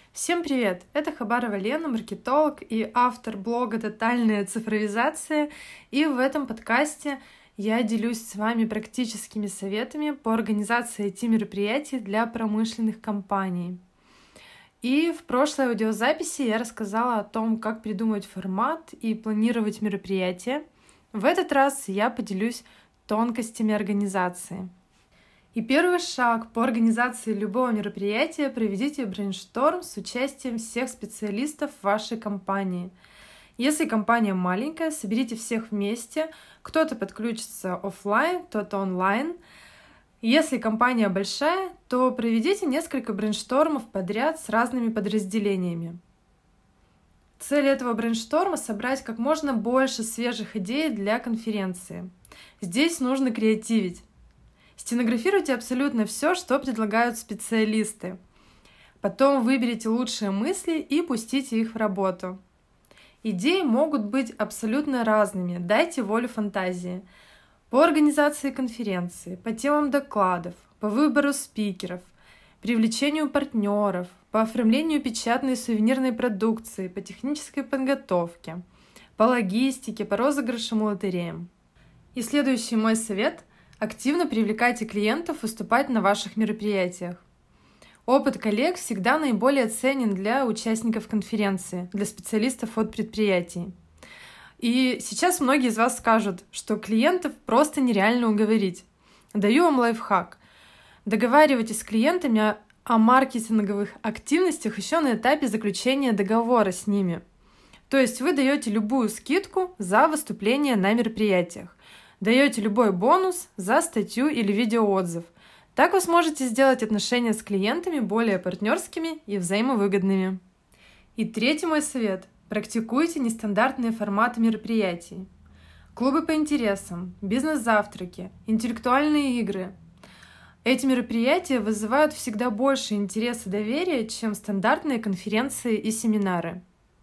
Всем привет! Это Хабарова Лена, маркетолог и автор блога «Тотальная цифровизация». И в этом подкасте я делюсь с вами практическими советами по организации IT-мероприятий для промышленных компаний. И в прошлой аудиозаписи я рассказала о том, как придумать формат и планировать мероприятия. В этот раз я поделюсь тонкостями организации. И первый шаг по организации любого мероприятия — проведите брейншторм с участием всех специалистов вашей компании. Если компания маленькая, соберите всех вместе, кто-то подключится офлайн, кто-то онлайн. Если компания большая, то проведите несколько брейнштормов подряд с разными подразделениями. Цель этого брейншторма — собрать как можно больше свежих идей для конференции. Здесь нужно креативить. Стенографируйте абсолютно все, что предлагают специалисты. Потом выберите лучшие мысли и пустите их в работу. Идеи могут быть абсолютно разными, дайте волю фантазии. По организации конференции, по темам докладов, по выбору спикеров, привлечению партнеров, по оформлению печатной и сувенирной продукции, по технической подготовке, по логистике, по розыгрышам и лотереям. И следующий мой совет — активно привлекайте клиентов выступать на ваших мероприятиях. Опыт коллег всегда наиболее ценен для участников конференции, для специалистов от предприятий. И сейчас многие из вас скажут, что клиентов просто нереально уговорить. Даю вам лайфхак. Договаривайтесь с клиентами о маркетинговых активностях еще на этапе заключения договора с ними. То есть вы даете любую скидку за выступление на мероприятиях. Даете любой бонус за статью или видеоотзыв. Так вы сможете сделать отношения с клиентами более партнерскими и взаимовыгодными. И третий мой совет – практикуйте нестандартные форматы мероприятий. Клубы по интересам, бизнес-завтраки, интеллектуальные игры. Эти мероприятия вызывают всегда больше интереса и доверия, чем стандартные конференции и семинары.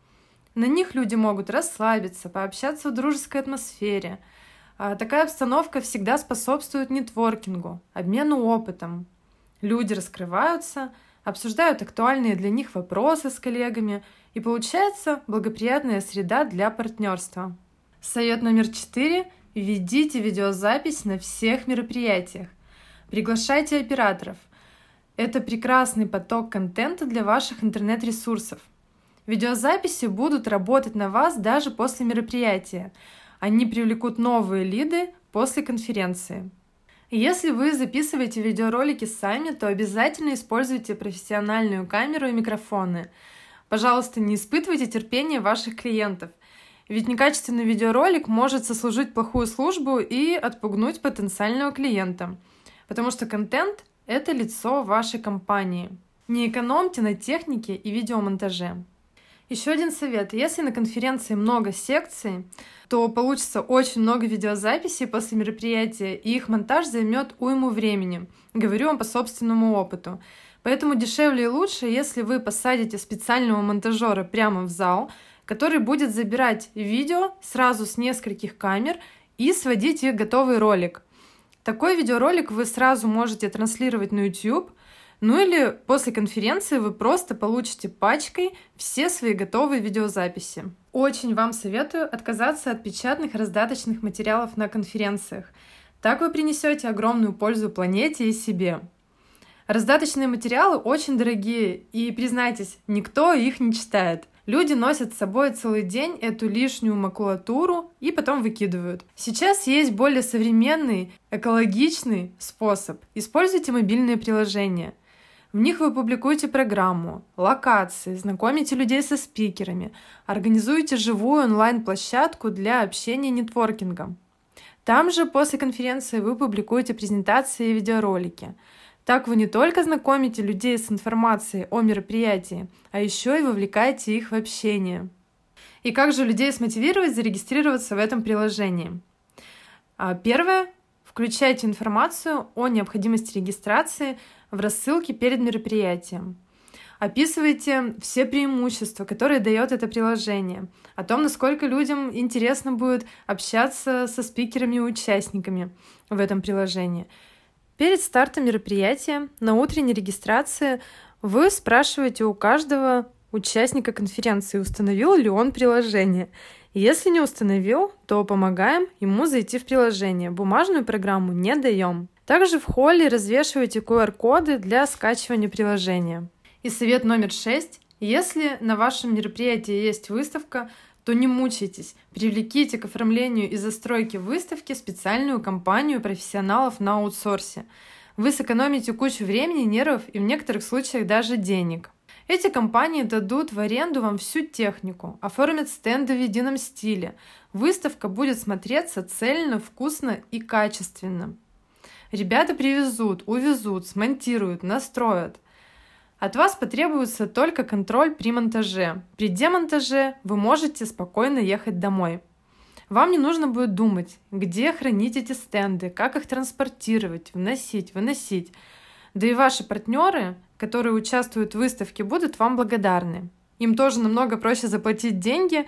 На них люди могут расслабиться, пообщаться в дружеской атмосфере. Такая обстановка всегда способствует нетворкингу, обмену опытом. Люди раскрываются, обсуждают актуальные для них вопросы с коллегами, и получается благоприятная среда для партнерства. Совет номер 4. Ведите видеозапись на всех мероприятиях. Приглашайте операторов. Это прекрасный поток контента для ваших интернет-ресурсов. Видеозаписи будут работать на вас даже после мероприятия. Они привлекут новые лиды после конференции. Если вы записываете видеоролики сами, то обязательно используйте профессиональную камеру и микрофоны. Пожалуйста, не испытывайте терпения ваших клиентов, ведь некачественный видеоролик может сослужить плохую службу и отпугнуть потенциального клиента, потому что контент — это лицо вашей компании. Не экономьте на технике и видеомонтаже. Еще один совет. Если на конференции много секций, то получится очень много видеозаписей после мероприятия, и их монтаж займет уйму времени. Говорю вам по собственному опыту. Поэтому дешевле и лучше, если вы посадите специального монтажера прямо в зал, который будет забирать видео сразу с нескольких камер и сводить их в готовый ролик. Такой видеоролик вы сразу можете транслировать на YouTube. Ну или после конференции вы просто получите пачкой все свои готовые видеозаписи. Очень вам советую отказаться от печатных раздаточных материалов на конференциях. Так вы принесете огромную пользу планете и себе. Раздаточные материалы очень дорогие, и, признайтесь, никто их не читает. Люди носят с собой целый день эту лишнюю макулатуру и потом выкидывают. Сейчас есть более современный, экологичный способ. Используйте мобильные приложения. В них вы публикуете программу, локации, знакомите людей со спикерами, организуете живую онлайн-площадку для общения и нетворкинга. Там же после конференции вы публикуете презентации и видеоролики. Так вы не только знакомите людей с информацией о мероприятии, а еще и вовлекаете их в общение. И как же людей смотивировать зарегистрироваться в этом приложении? Первое. Включайте информацию о необходимости регистрации в рассылке перед мероприятием. Описывайте все преимущества, которые дает это приложение, о том, насколько людям интересно будет общаться со спикерами и участниками в этом приложении. Перед стартом мероприятия на утренней регистрации Вы спрашиваете у каждого участника конференции, установил ли он приложение. Если не установил, то помогаем ему зайти в приложение. Бумажную программу не даем. Также в холле развешивайте QR-коды для скачивания приложения. И совет номер 6. Если на вашем мероприятии есть выставка, то не мучайтесь. Привлеките к оформлению и застройке выставки специальную компанию профессионалов на аутсорсе. Вы сэкономите кучу времени, нервов и в некоторых случаях даже денег. Эти компании дадут в аренду вам всю технику, оформят стенды в едином стиле. Выставка будет смотреться цельно, вкусно и качественно. Ребята привезут, увезут, смонтируют, настроят. От вас потребуется только контроль при монтаже. При демонтаже вы можете спокойно ехать домой. Вам не нужно будет думать, где хранить эти стенды, как их транспортировать, вносить, выносить. Да и ваши партнеры, которые участвуют в выставке, будут вам благодарны. Им тоже намного проще заплатить деньги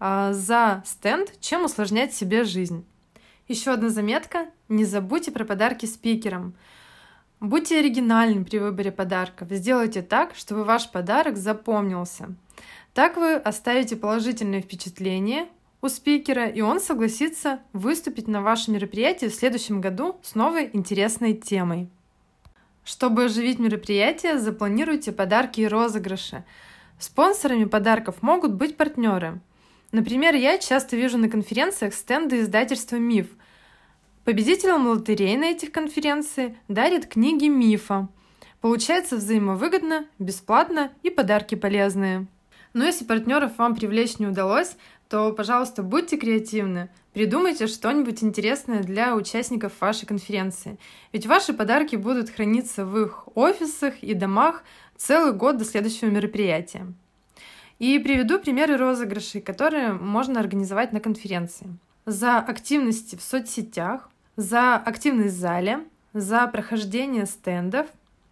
за стенд, чем усложнять себе жизнь. Еще одна заметка. Не забудьте про подарки спикерам. Будьте оригинальны при выборе подарков. Сделайте так, чтобы ваш подарок запомнился. Так вы оставите положительное впечатление у спикера, и он согласится выступить на вашем мероприятии в следующем году с новой интересной темой. Чтобы оживить мероприятие, запланируйте подарки и розыгрыши. Спонсорами подарков могут быть партнеры. Например, я часто вижу на конференциях стенды издательства «Миф». Победителям лотерей на этих конференциях дарят книги «Мифа». Получается взаимовыгодно, бесплатно и подарки полезные. Но если партнеров вам привлечь не удалось, то, пожалуйста, будьте креативны. Придумайте что-нибудь интересное для участников вашей конференции. Ведь ваши подарки будут храниться в их офисах и домах целый год до следующего мероприятия. И приведу примеры розыгрышей, которые можно организовать на конференции. За активности в соцсетях, за активность в зале, за прохождение стендов.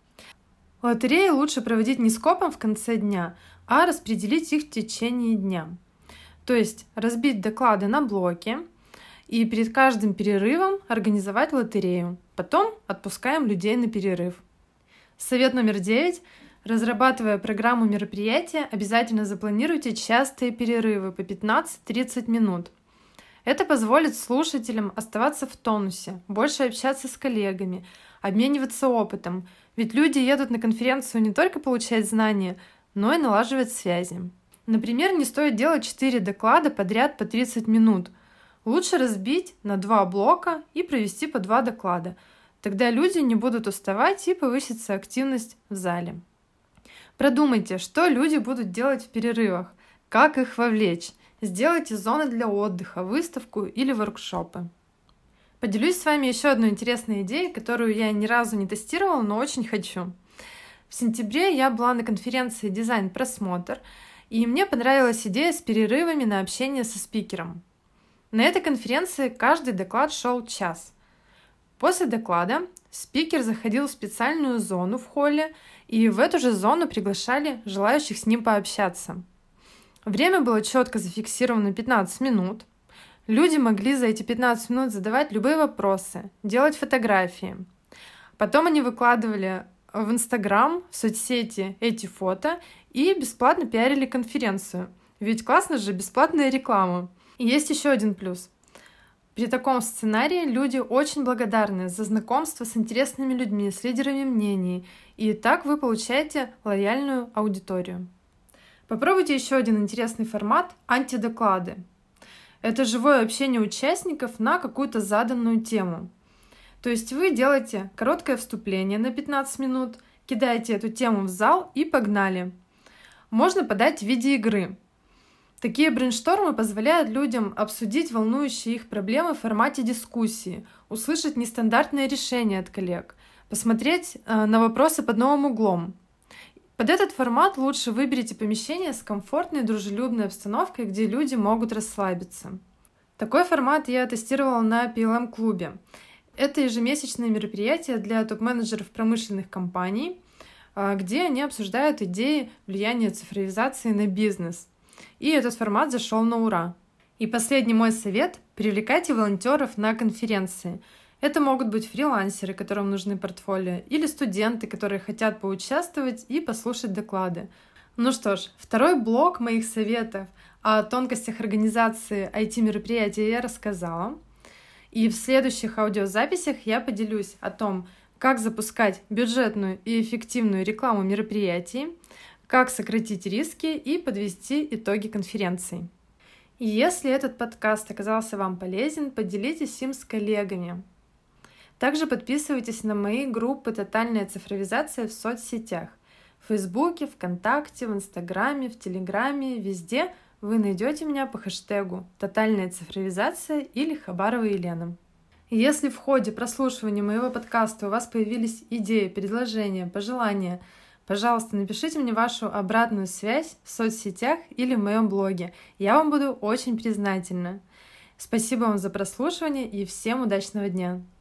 Лотереи лучше проводить не скопом в конце дня, а распределить их в течение дня. То есть разбить доклады на блоки и перед каждым перерывом организовать лотерею. Потом отпускаем людей на перерыв. Совет номер 9. Разрабатывая программу мероприятия, обязательно запланируйте частые перерывы по 15-30 минут. Это позволит слушателям оставаться в тонусе, больше общаться с коллегами, обмениваться опытом. Ведь люди едут на конференцию не только получать знания, но и налаживать связи. Например, не стоит делать 4 доклада подряд по 30 минут. Лучше разбить на 2 блока и провести по 2 доклада. Тогда люди не будут уставать и повысится активность в зале. Продумайте, что люди будут делать в перерывах, как их вовлечь. Сделайте зоны для отдыха, выставку или воркшопы. Поделюсь с вами еще одной интересной идеей, которую я ни разу не тестировала, но очень хочу. В сентябре я была на конференции «Дизайн-просмотр», и мне понравилась идея с перерывами на общение со спикером. На этой конференции каждый доклад шел час. После доклада спикер заходил в специальную зону в холле, и в эту же зону приглашали желающих с ним пообщаться. Время было четко зафиксировано 15 минут. Люди могли за эти 15 минут задавать любые вопросы, делать фотографии. Потом они выкладывали в Инстаграм, в соцсети эти фото и бесплатно пиарили конференцию. Ведь классно же, бесплатная реклама. И есть еще один плюс. При таком сценарии люди очень благодарны за знакомство с интересными людьми, с лидерами мнений. И так вы получаете лояльную аудиторию. Попробуйте еще один интересный формат – антидоклады. Это живое общение участников на какую-то заданную тему. То есть вы делаете короткое вступление на 15 минут, кидаете эту тему в зал и погнали. Можно подать в виде игры. Такие брейнштормы позволяют людям обсудить волнующие их проблемы в формате дискуссии, услышать нестандартные решения от коллег, посмотреть на вопросы под новым углом. Под этот формат лучше выберите помещение с комфортной, дружелюбной обстановкой, где люди могут расслабиться. Такой формат я тестировала на PLM-клубе. Это ежемесячное мероприятие для топ-менеджеров промышленных компаний, где они обсуждают идеи влияния цифровизации на бизнес. И этот формат зашел на ура. И последний мой совет – привлекайте волонтеров на конференции. Это могут быть фрилансеры, которым нужны портфолио, или студенты, которые хотят поучаствовать и послушать доклады. Ну что ж, второй блок моих советов о тонкостях организации IT-мероприятия я рассказала. И в следующих аудиозаписях я поделюсь о том, как запускать бюджетную и эффективную рекламу мероприятий, как сократить риски и подвести итоги конференции. И если этот подкаст оказался вам полезен, поделитесь им с коллегами. Также подписывайтесь на мои группы «Тотальная цифровизация» в соцсетях. В Фейсбуке, ВКонтакте, в Инстаграме, в Телеграме, везде вы найдете меня по хэштегу «Тотальная цифровизация» или Хабарова Елена. Если в ходе прослушивания моего подкаста у вас появились идеи, предложения, пожелания, пожалуйста, напишите мне вашу обратную связь в соцсетях или в моем блоге. Я вам буду очень признательна. Спасибо вам за прослушивание и всем удачного дня!